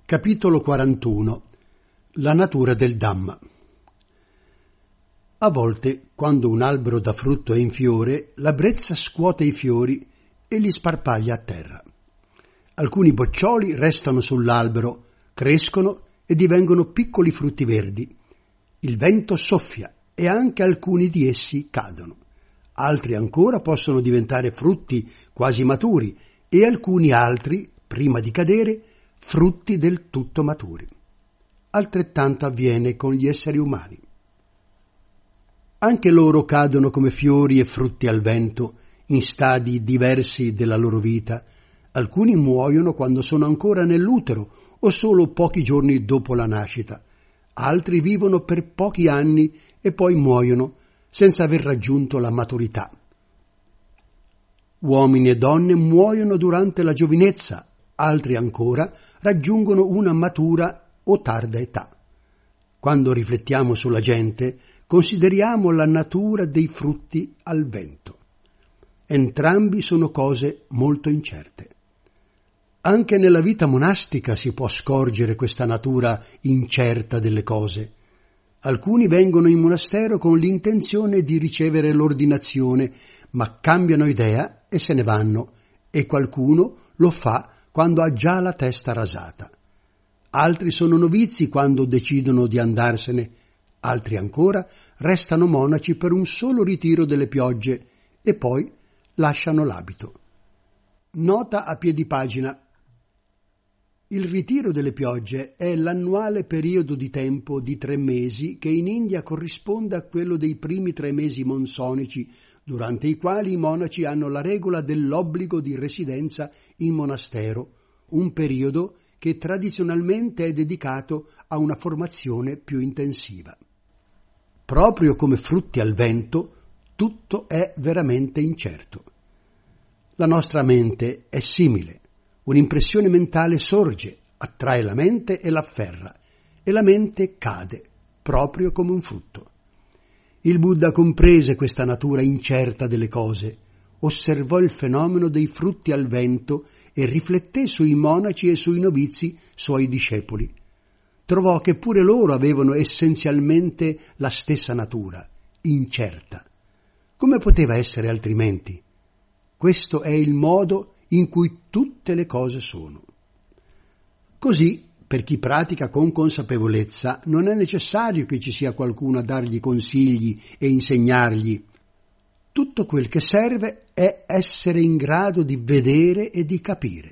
Capitolo 41. La natura del Dhamma. A volte, quando un albero dà frutto è in fiore, la brezza scuote i fiori e li sparpaglia a terra. Alcuni boccioli restano sull'albero, crescono e divengono piccoli frutti verdi. Il vento soffia e anche alcuni di essi cadono. Altri ancora possono diventare frutti quasi maturi e alcuni altri, prima di cadere, frutti del tutto maturi. Altrettanto avviene con gli esseri umani. Anche loro cadono come fiori e frutti al vento, in stadi diversi della loro vita. Alcuni muoiono quando sono ancora nell'utero o solo pochi giorni dopo la nascita. Altri vivono per pochi anni e poi muoiono senza aver raggiunto la maturità. Uomini e donne muoiono durante la giovinezza, altri ancora raggiungono una matura o tarda età. Quando riflettiamo sulla gente, consideriamo la natura dei frutti al vento. Entrambi sono cose molto incerte. Anche nella vita monastica si può scorgere questa natura incerta delle cose. Alcuni vengono in monastero con l'intenzione di ricevere l'ordinazione, ma cambiano idea e se ne vanno, e qualcuno lo fa quando ha già la testa rasata. Altri sono novizi quando decidono di andarsene, altri ancora restano monaci per un solo ritiro delle piogge e poi lasciano l'abito. Nota a piedi pagina. Il ritiro delle piogge è l'annuale periodo di tempo di 3 mesi che in India corrisponde a quello dei primi 3 mesi monsonici, durante i quali i monaci hanno la regola dell'obbligo di residenza in monastero, un periodo che tradizionalmente è dedicato a una formazione più intensiva. Proprio come frutti al vento, tutto è veramente incerto. La nostra mente è simile. Un'impressione mentale sorge, attrae la mente e l'afferra, e la mente cade, proprio come un frutto. Il Buddha comprese questa natura incerta delle cose, osservò il fenomeno dei frutti al vento e rifletté sui monaci e sui novizi suoi discepoli. Trovò che pure loro avevano essenzialmente la stessa natura, incerta. Come poteva essere altrimenti? Questo è il modo in cui tutte le cose sono. Così, per chi pratica con consapevolezza, non è necessario che ci sia qualcuno a dargli consigli e insegnargli. Tutto quel che serve è essere in grado di vedere e di capire.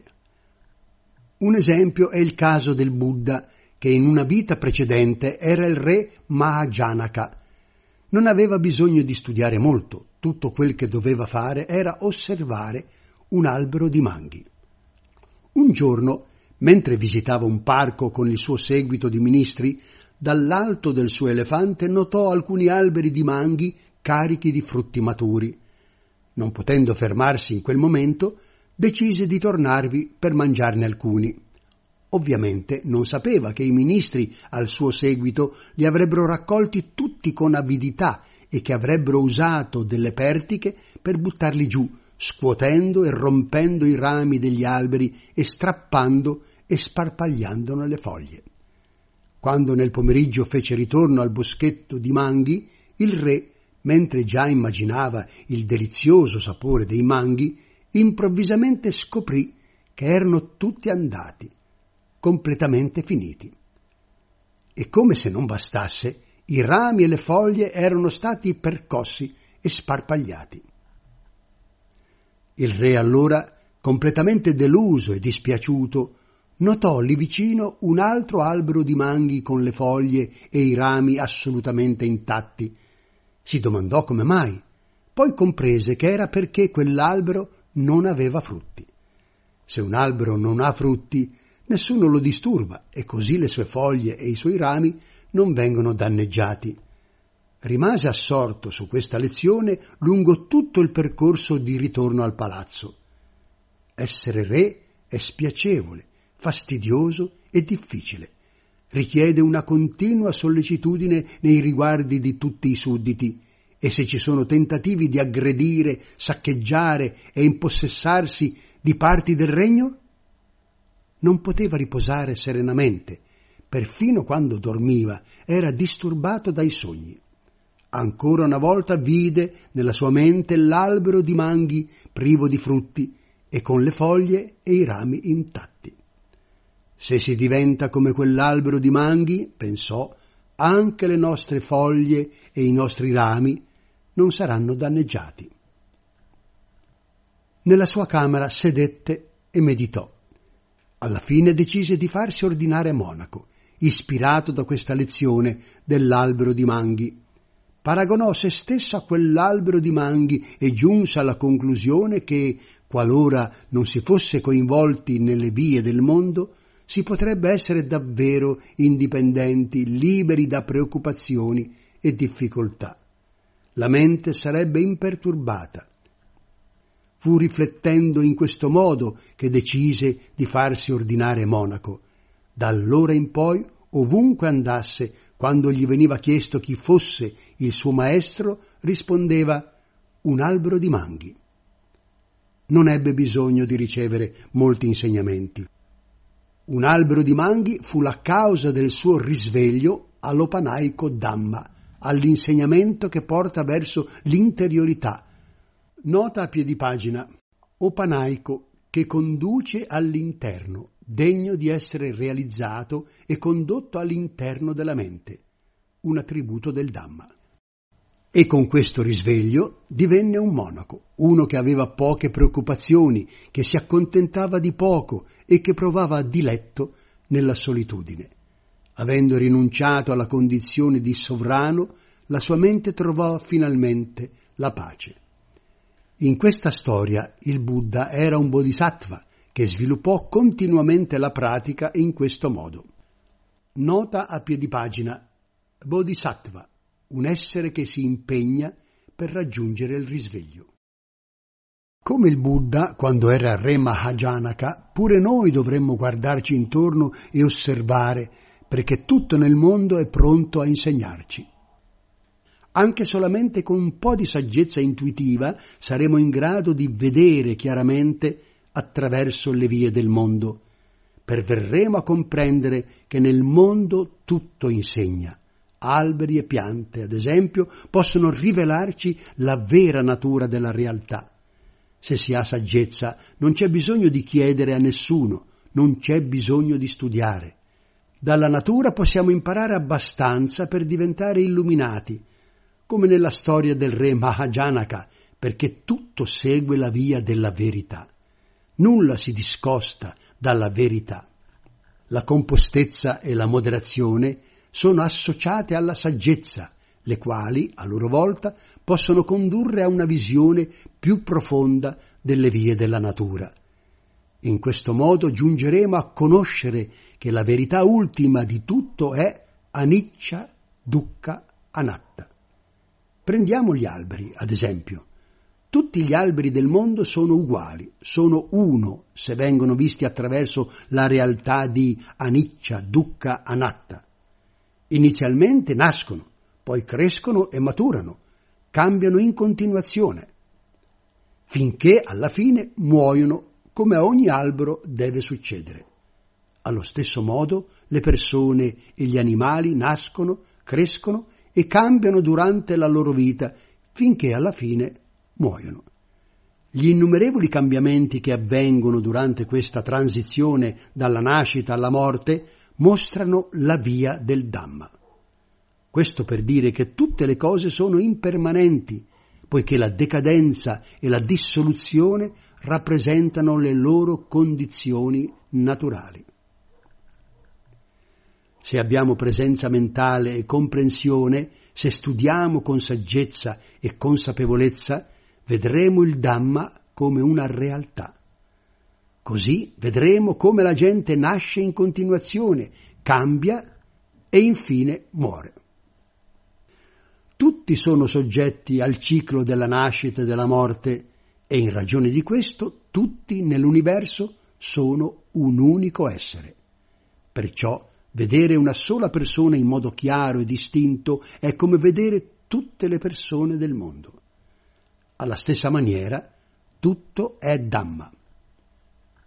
Un esempio è il caso del Buddha, che in una vita precedente era il re Mahajanaka. Non aveva bisogno di studiare molto, tutto quel che doveva fare era osservare un albero di manghi. Un giorno, mentre visitava un parco con il suo seguito di ministri, dall'alto del suo elefante notò alcuni alberi di manghi carichi di frutti maturi. Non potendo fermarsi in quel momento, decise di tornarvi per mangiarne alcuni. Ovviamente non sapeva che i ministri al suo seguito li avrebbero raccolti tutti con avidità e che avrebbero usato delle pertiche per buttarli giù, scuotendo e rompendo i rami degli alberi e strappando e sparpagliandone le foglie. Quando nel pomeriggio fece ritorno al boschetto di manghi, il re, mentre già immaginava il delizioso sapore dei manghi, improvvisamente scoprì che erano tutti andati, completamente finiti. E come se non bastasse, i rami e le foglie erano stati percossi e sparpagliati. Il re allora, completamente deluso e dispiaciuto, notò lì vicino un altro albero di manghi con le foglie e i rami assolutamente intatti. Si domandò come mai, poi comprese che era perché quell'albero non aveva frutti. Se un albero non ha frutti, nessuno lo disturba e così le sue foglie e i suoi rami non vengono danneggiati. Rimase assorto su questa lezione lungo tutto il percorso di ritorno al palazzo. Essere re è spiacevole, fastidioso e difficile. Richiede una continua sollecitudine nei riguardi di tutti i sudditi e se ci sono tentativi di aggredire, saccheggiare e impossessarsi di parti del regno? non poteva riposare serenamente, perfino quando dormiva era disturbato dai sogni. Ancora una volta vide nella sua mente l'albero di manghi privo di frutti e con le foglie e i rami intatti. Se si diventa come quell'albero di manghi, pensò, anche le nostre foglie e i nostri rami non saranno danneggiati. Nella sua camera sedette e meditò. Alla fine decise di farsi ordinare monaco, ispirato da questa lezione dell'albero di manghi. Paragonò se stesso a quell'albero di manghi e giunse alla conclusione che, qualora non si fosse coinvolti nelle vie del mondo, si potrebbe essere davvero indipendenti, liberi da preoccupazioni e difficoltà. La mente sarebbe imperturbata. Fu riflettendo in questo modo che decise di farsi ordinare monaco. Da allora in poi, ovunque andasse, quando gli veniva chiesto chi fosse il suo maestro, rispondeva un albero di manghi. Non ebbe bisogno di ricevere molti insegnamenti. Un albero di manghi fu la causa del suo risveglio all'Opanaiko Dhamma, all'insegnamento che porta verso l'interiorità. Nota a piedi pagina: Opanaiko, che conduce all'interno, degno di essere realizzato e condotto all'interno della mente, un attributo del Dhamma. E con questo risveglio divenne un monaco, uno che aveva poche preoccupazioni, che si accontentava di poco e che provava diletto nella solitudine. Avendo rinunciato alla condizione di sovrano, la sua mente trovò finalmente la pace. In questa storia il Buddha era un bodhisattva che sviluppò continuamente la pratica in questo modo. Nota a piedi pagina: bodhisattva, un essere che si impegna per raggiungere il risveglio. Come il Buddha, quando era re Mahajanaka, pure noi dovremmo guardarci intorno e osservare, perché tutto nel mondo è pronto a insegnarci. Anche solamente con un po' di saggezza intuitiva saremo in grado di vedere chiaramente attraverso le vie del mondo. Perverremo a comprendere che nel mondo tutto insegna. Alberi e piante, ad esempio, possono rivelarci la vera natura della realtà. Se si ha saggezza, non c'è bisogno di chiedere a nessuno, non c'è bisogno di studiare. Dalla natura possiamo imparare abbastanza per diventare illuminati, come nella storia del re Mahajanaka, perché tutto segue la via della verità. Nulla si discosta dalla verità. La compostezza e la moderazione sono associate alla saggezza, le quali, a loro volta, possono condurre a una visione più profonda delle vie della natura. In questo modo giungeremo a conoscere che la verità ultima di tutto è anicca, dukkha, anatta. Prendiamo gli alberi, ad esempio. Tutti gli alberi del mondo sono uguali, sono uno se vengono visti attraverso la realtà di anicca, dukkha, anatta. Inizialmente nascono, poi crescono e maturano, cambiano in continuazione, finché alla fine muoiono, come a ogni albero deve succedere. Allo stesso modo le persone e gli animali nascono, crescono e cambiano durante la loro vita, finché alla fine muoiono. Gli innumerevoli cambiamenti che avvengono durante questa transizione dalla nascita alla morte mostrano la via del Dhamma. Questo per dire che tutte le cose sono impermanenti, poiché la decadenza e la dissoluzione rappresentano le loro condizioni naturali. Se abbiamo presenza mentale e comprensione, se studiamo con saggezza e consapevolezza, vedremo il Dhamma come una realtà. Così vedremo come la gente nasce in continuazione, cambia e infine muore. Tutti sono soggetti al ciclo della nascita e della morte e in ragione di questo tutti nell'universo sono un unico essere. Perciò vedere una sola persona in modo chiaro e distinto è come vedere tutte le persone del mondo. Alla stessa maniera, tutto è Dhamma.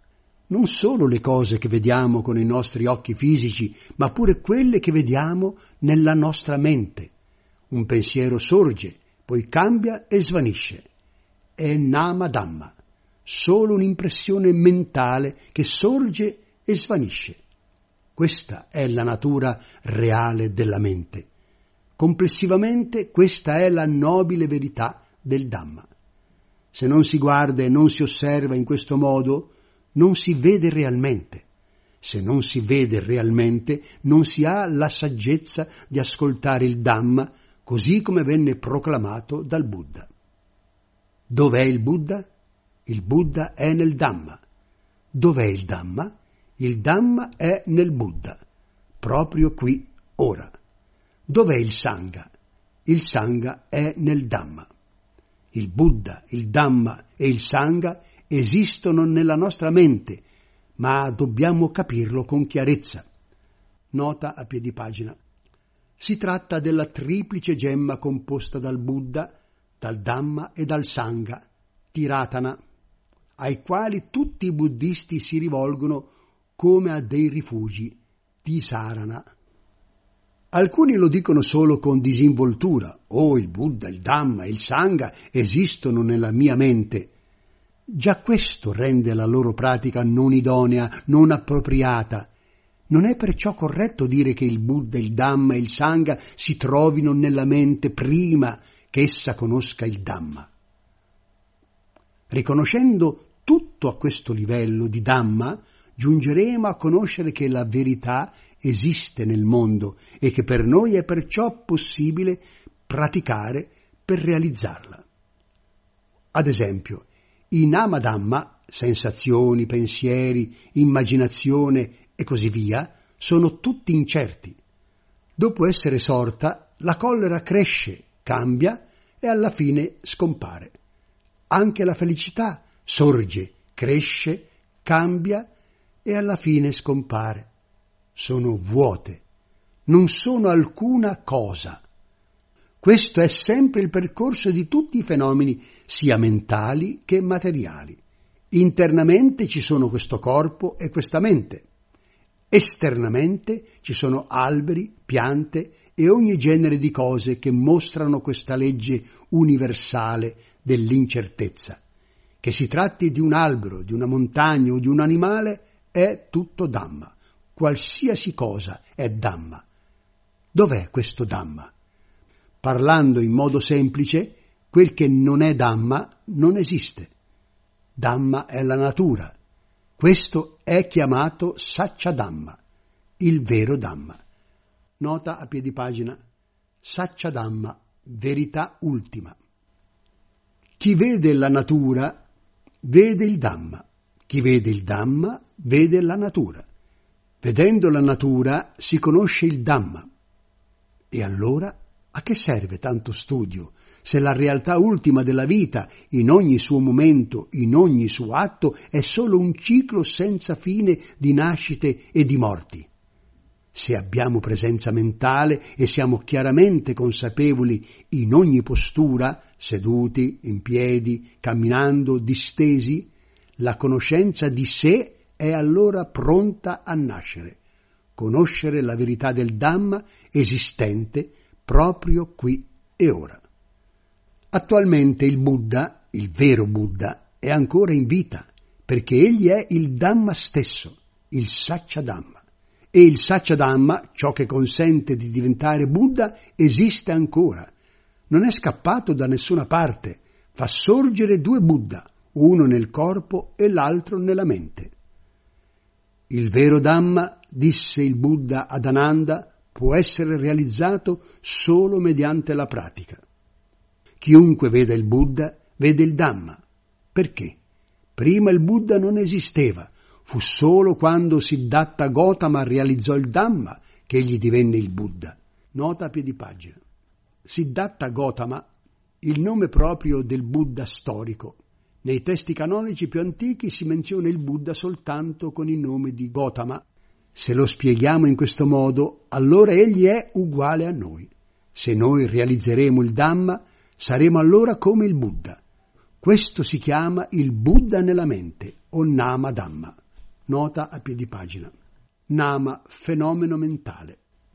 non solo le cose che vediamo con i nostri occhi fisici, ma pure quelle che vediamo nella nostra mente. Un pensiero sorge, poi cambia e svanisce. È Nama Dhamma, solo un'impressione mentale che sorge e svanisce. Questa è la natura reale della mente. Complessivamente questa è la nobile verità del Dhamma. Se non si guarda e non si osserva in questo modo, non si vede realmente. Se non si vede realmente, non si ha la saggezza di ascoltare il Dhamma così come venne proclamato dal Buddha. Dov'è il Buddha? Il Buddha è nel Dhamma. Dov'è il Dhamma? Il Dhamma è nel Buddha, proprio qui, ora. Dov'è il Sangha? Il Sangha è nel Dhamma. Il Buddha, il Dhamma e il Sangha esistono nella nostra mente, ma dobbiamo capirlo con chiarezza. Nota a piedi pagina. Si tratta della triplice gemma composta dal Buddha, dal Dhamma e dal Sangha, Tiratana, ai quali tutti i buddisti si rivolgono come a dei rifugi, Tisarana. Alcuni lo dicono solo con disinvoltura: «Oh, il Buddha, il Dhamma e il Sangha esistono nella mia mente». Già questo rende la loro pratica non idonea, non appropriata. Non è perciò corretto dire che il Buddha, il Dhamma e il Sangha si trovino nella mente prima che essa conosca il Dhamma. Riconoscendo tutto a questo livello di Dhamma, giungeremo a conoscere che la verità esiste nel mondo e che per noi è perciò possibile praticare per realizzarla. Ad esempio, i Nama Dhamma, sensazioni, pensieri, immaginazione e così via, sono tutti incerti. Dopo essere sorta, la collera cresce, cambia e alla fine scompare. Anche la felicità sorge, cresce, cambia e alla fine scompare. Sono vuote, non sono alcuna cosa. Questo è sempre il percorso di tutti i fenomeni, sia mentali che materiali. Internamente ci sono questo corpo e questa mente. Esternamente ci sono alberi, piante e ogni genere di cose che mostrano questa legge universale dell'incertezza. Che si tratti di un albero, di una montagna o di un animale, è tutto Dhamma. Qualsiasi cosa è Dhamma. Dov'è questo Dhamma? Parlando in modo semplice, quel che non è Dhamma non esiste. Dhamma è la natura. Questo è chiamato Sacca Dhamma, il vero Dhamma. Nota a piedi pagina. Sacca Dhamma, verità ultima. Chi vede la natura vede il Dhamma. Chi vede il Dhamma vede la natura. Vedendo la natura si conosce il Dhamma. E allora a che serve tanto studio, se la realtà ultima della vita, in ogni suo momento, in ogni suo atto, è solo un ciclo senza fine di nascite e di morti? Se abbiamo presenza mentale e siamo chiaramente consapevoli in ogni postura, seduti, in piedi, camminando, distesi, la conoscenza di sé è allora pronta a nascere, conoscere la verità del Dhamma esistente proprio qui e ora. Attualmente il Buddha, il vero Buddha, è ancora in vita, perché egli è il Dhamma stesso, il Sacca Dhamma. E il Sacca Dhamma, ciò che consente di diventare Buddha, esiste ancora. Non è scappato da nessuna parte, fa sorgere due Buddha, uno nel corpo e l'altro nella mente. Il vero Dhamma, disse il Buddha ad Ananda, può essere realizzato solo mediante la pratica. Chiunque veda il Buddha vede il Dhamma. Perché? Prima il Buddha non esisteva, fu solo quando Siddhartha Gautama realizzò il Dhamma che egli divenne il Buddha. Nota a piedi pagina. Siddhartha Gautama, il nome proprio del Buddha storico. Nei testi canonici più antichi si menziona il Buddha soltanto con il nome di Gautama. Se lo spieghiamo in questo modo, allora egli è uguale a noi. Se noi realizzeremo il Dhamma, saremo allora come il Buddha. Questo si chiama il Buddha nella mente, o Nama Dhamma. Nota a piedi pagina. Nama, fenomeno mentale.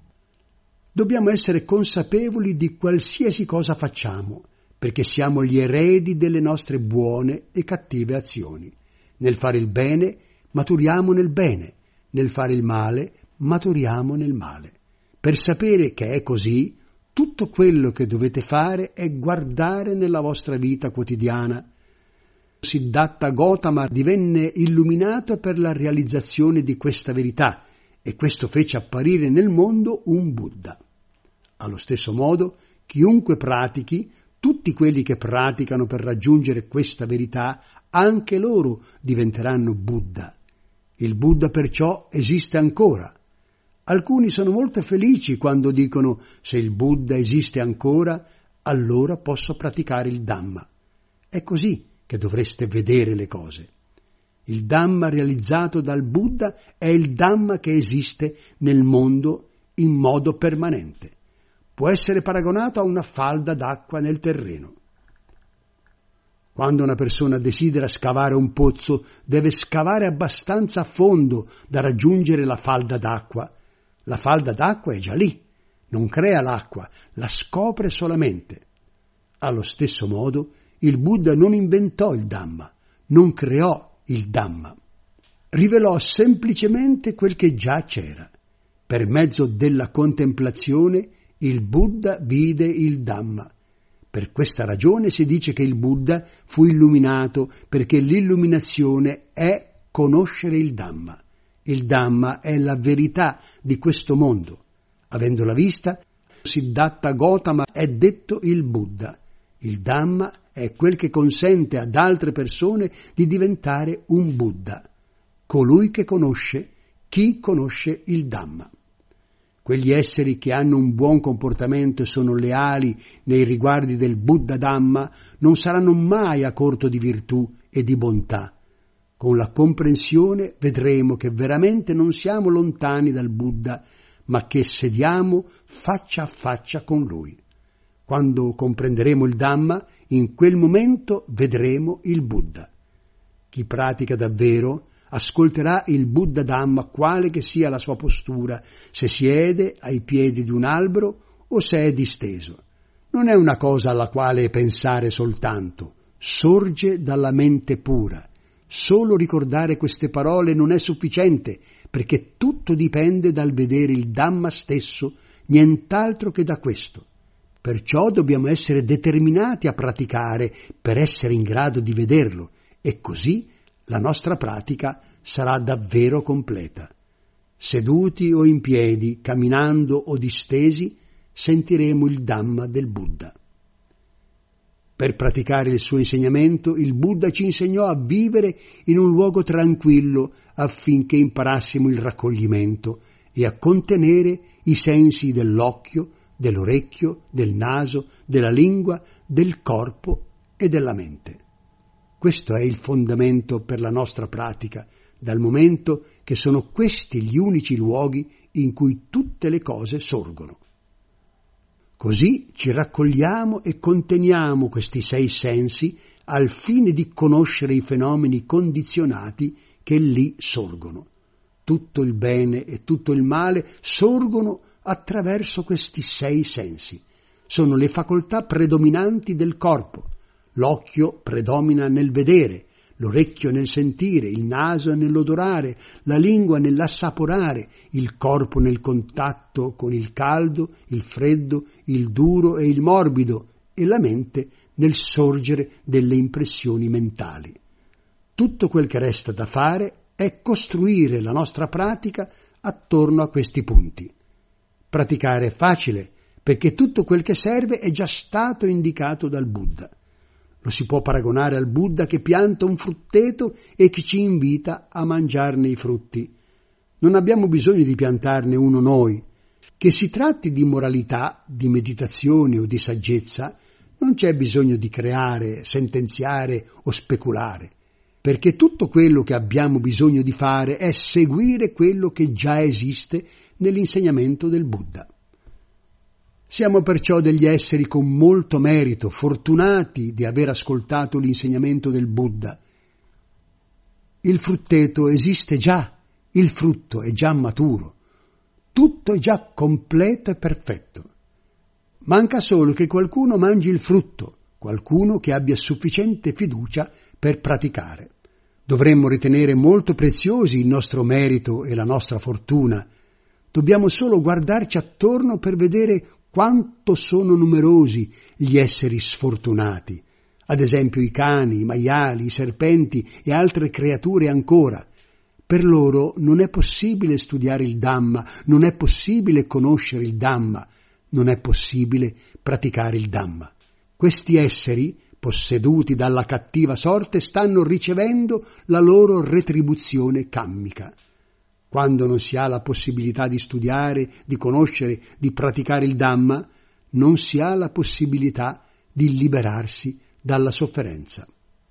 Dobbiamo essere consapevoli di qualsiasi cosa facciamo, perché siamo gli eredi delle nostre buone e cattive azioni. Nel fare il bene, maturiamo nel bene, nel fare il male, maturiamo nel male. Per sapere che è così, tutto quello che dovete fare è guardare nella vostra vita quotidiana. Siddhartha Gautama divenne illuminato per la realizzazione di questa verità e questo fece apparire nel mondo un Buddha. Allo stesso modo, chiunque pratichi, tutti quelli che praticano per raggiungere questa verità, anche loro diventeranno Buddha. Il Buddha perciò esiste ancora. Alcuni sono molto felici quando dicono: se il Buddha esiste ancora, allora posso praticare il Dhamma. È così che dovreste vedere le cose. Il Dhamma realizzato dal Buddha è il Dhamma che esiste nel mondo in modo permanente. Può essere paragonato a una falda d'acqua nel terreno. Quando una persona desidera scavare un pozzo, deve scavare abbastanza a fondo da raggiungere la falda d'acqua. La falda d'acqua è già lì, non crea l'acqua, la scopre solamente. Allo stesso modo, il Buddha non inventò il Dhamma, non creò il Dhamma. Rivelò semplicemente quel che già c'era. Per mezzo della contemplazione, il Buddha vide il Dhamma. Per questa ragione si dice che il Buddha fu illuminato, perché l'illuminazione è conoscere il Dhamma. Il Dhamma è la verità di questo mondo. Avendola vista, Siddhartha Gautama è detto il Buddha. Il Dhamma è quel che consente ad altre persone di diventare un Buddha, colui che conosce chi conosce il Dhamma. Quegli esseri che hanno un buon comportamento e sono leali nei riguardi del Buddha Dhamma non saranno mai a corto di virtù e di bontà. Con la comprensione vedremo che veramente non siamo lontani dal Buddha, ma che sediamo faccia a faccia con lui. Quando comprenderemo il Dhamma, in quel momento vedremo il Buddha. Chi pratica davvero ascolterà il Buddha Dhamma quale che sia la sua postura, se siede ai piedi di un albero o se è disteso. Non è una cosa alla quale pensare soltanto, sorge dalla mente pura. Solo ricordare queste parole non è sufficiente, perché tutto dipende dal vedere il Dhamma stesso, nient'altro che da questo. Perciò dobbiamo essere determinati a praticare per essere in grado di vederlo, e così la nostra pratica sarà davvero completa. Seduti o in piedi, camminando o distesi, sentiremo il Dhamma del Buddha. Per praticare il suo insegnamento, il Buddha ci insegnò a vivere in un luogo tranquillo affinché imparassimo il raccoglimento e a contenere i sensi dell'occhio, dell'orecchio, del naso, della lingua, del corpo e della mente. Questo è il fondamento per la nostra pratica, dal momento che sono questi gli unici luoghi in cui tutte le cose sorgono. Così ci raccogliamo e conteniamo questi 6 sensi al fine di conoscere i fenomeni condizionati che lì sorgono. Tutto il bene e tutto il male sorgono attraverso questi 6 sensi. Sono le facoltà predominanti del corpo. L'occhio predomina nel vedere, l'orecchio nel sentire, il naso nell'odorare, la lingua nell'assaporare, il corpo nel contatto con il caldo, il freddo, il duro e il morbido, e la mente nel sorgere delle impressioni mentali. Tutto quel che resta da fare è costruire la nostra pratica attorno a questi punti. Praticare è facile, perché tutto quel che serve è già stato indicato dal Buddha. Lo si può paragonare al Buddha che pianta un frutteto e che ci invita a mangiarne i frutti. Non abbiamo bisogno di piantarne uno noi. Che si tratti di moralità, di meditazione o di saggezza, non c'è bisogno di creare, sentenziare o speculare, perché tutto quello che abbiamo bisogno di fare è seguire quello che già esiste nell'insegnamento del Buddha. Siamo perciò degli esseri con molto merito, fortunati di aver ascoltato l'insegnamento del Buddha. Il frutteto esiste già, il frutto è già maturo, tutto è già completo e perfetto. Manca solo che qualcuno mangi il frutto, qualcuno che abbia sufficiente fiducia per praticare. Dovremmo ritenere molto preziosi il nostro merito e la nostra fortuna. Dobbiamo solo guardarci attorno per vedere quanto sono numerosi gli esseri sfortunati, ad esempio i cani, i maiali, i serpenti e altre creature ancora. Per loro non è possibile studiare il Dhamma, non è possibile conoscere il Dhamma, non è possibile praticare il Dhamma. Questi esseri, posseduti dalla cattiva sorte, stanno ricevendo la loro retribuzione kammica. Quando non si ha la possibilità di studiare, di conoscere, di praticare il Dhamma, non si ha la possibilità di liberarsi dalla sofferenza.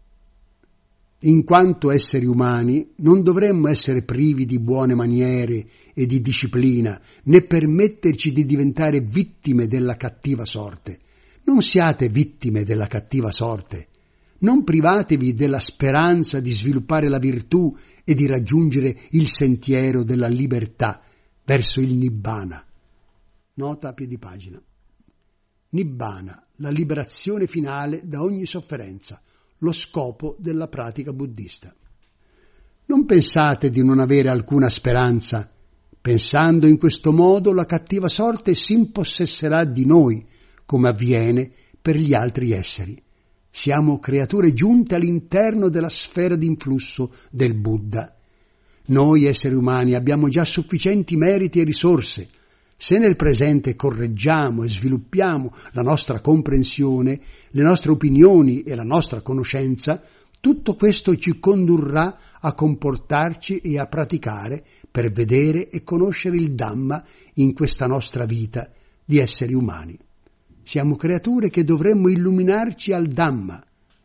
In quanto esseri umani non dovremmo essere privi di buone maniere e di disciplina, né permetterci di diventare vittime della cattiva sorte. Non siate vittime della cattiva sorte. Non privatevi della speranza di sviluppare la virtù e di raggiungere il sentiero della libertà verso il Nibbana. Nota a piedi pagina. Nibbana, la liberazione finale da ogni sofferenza, lo scopo della pratica buddista. Non pensate di non avere alcuna speranza. Pensando in questo modo, la cattiva sorte si impossesserà di noi, come avviene per gli altri esseri. Siamo creature giunte all'interno della sfera d'influsso del Buddha. Noi esseri umani abbiamo già sufficienti meriti e risorse. Se nel presente correggiamo e sviluppiamo la nostra comprensione, le nostre opinioni e la nostra conoscenza, tutto questo ci condurrà a comportarci e a praticare per vedere e conoscere il Dhamma in questa nostra vita di esseri umani. Siamo creature che dovremmo illuminarci al Dhamma.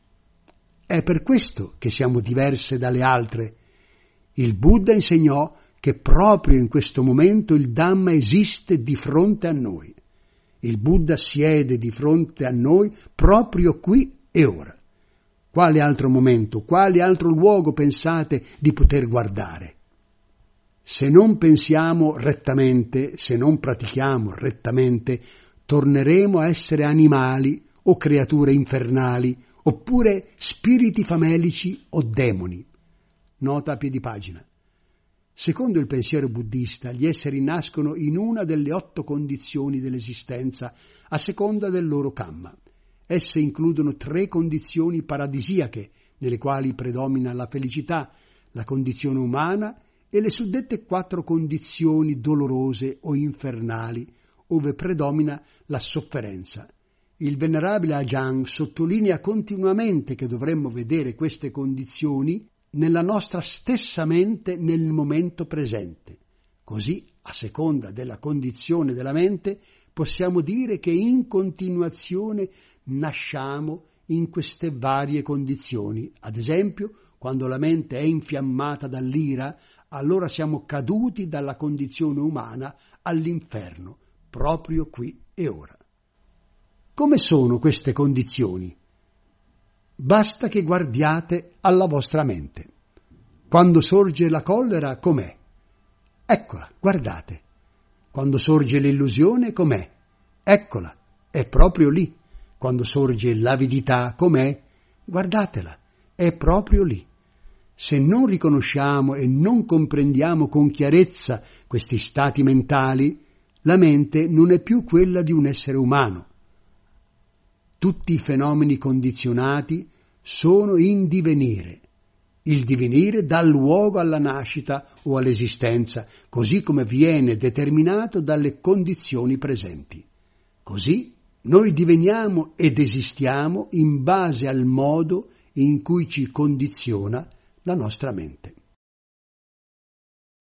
È per questo che siamo diverse dalle altre. Il Buddha insegnò che proprio in questo momento il Dhamma esiste di fronte a noi. Il Buddha siede di fronte a noi proprio qui e ora. Quale altro momento, quale altro luogo pensate di poter guardare? Se non pensiamo rettamente, se non pratichiamo rettamente, torneremo a essere animali o creature infernali, oppure spiriti famelici o demoni. Nota a piedi pagina. Secondo il pensiero buddista, gli esseri nascono in una delle 8 condizioni dell'esistenza, a seconda del loro kamma. Esse includono 3 condizioni paradisiache, nelle quali predomina la felicità, la condizione umana e le suddette 4 condizioni dolorose o infernali, ove predomina la sofferenza. Il venerabile Ajahn sottolinea continuamente che dovremmo vedere queste condizioni nella nostra stessa mente nel momento presente. Così, a seconda della condizione della mente, possiamo dire che in continuazione nasciamo in queste varie condizioni. Ad esempio, quando la mente è infiammata dall'ira, allora siamo caduti dalla condizione umana all'inferno, proprio qui e ora. Come sono queste condizioni? Basta che guardiate alla vostra mente. Quando sorge la collera, com'è? Eccola, guardate. Quando sorge l'illusione, com'è? Eccola, è proprio lì. Quando sorge l'avidità, com'è? Guardatela, è proprio lì. Se non riconosciamo e non comprendiamo con chiarezza questi stati mentali, la mente non è più quella di un essere umano. Tutti i fenomeni condizionati sono in divenire. Il divenire dà luogo alla nascita o all'esistenza, così come viene determinato dalle condizioni presenti. Così noi diveniamo ed esistiamo in base al modo in cui ci condiziona la nostra mente.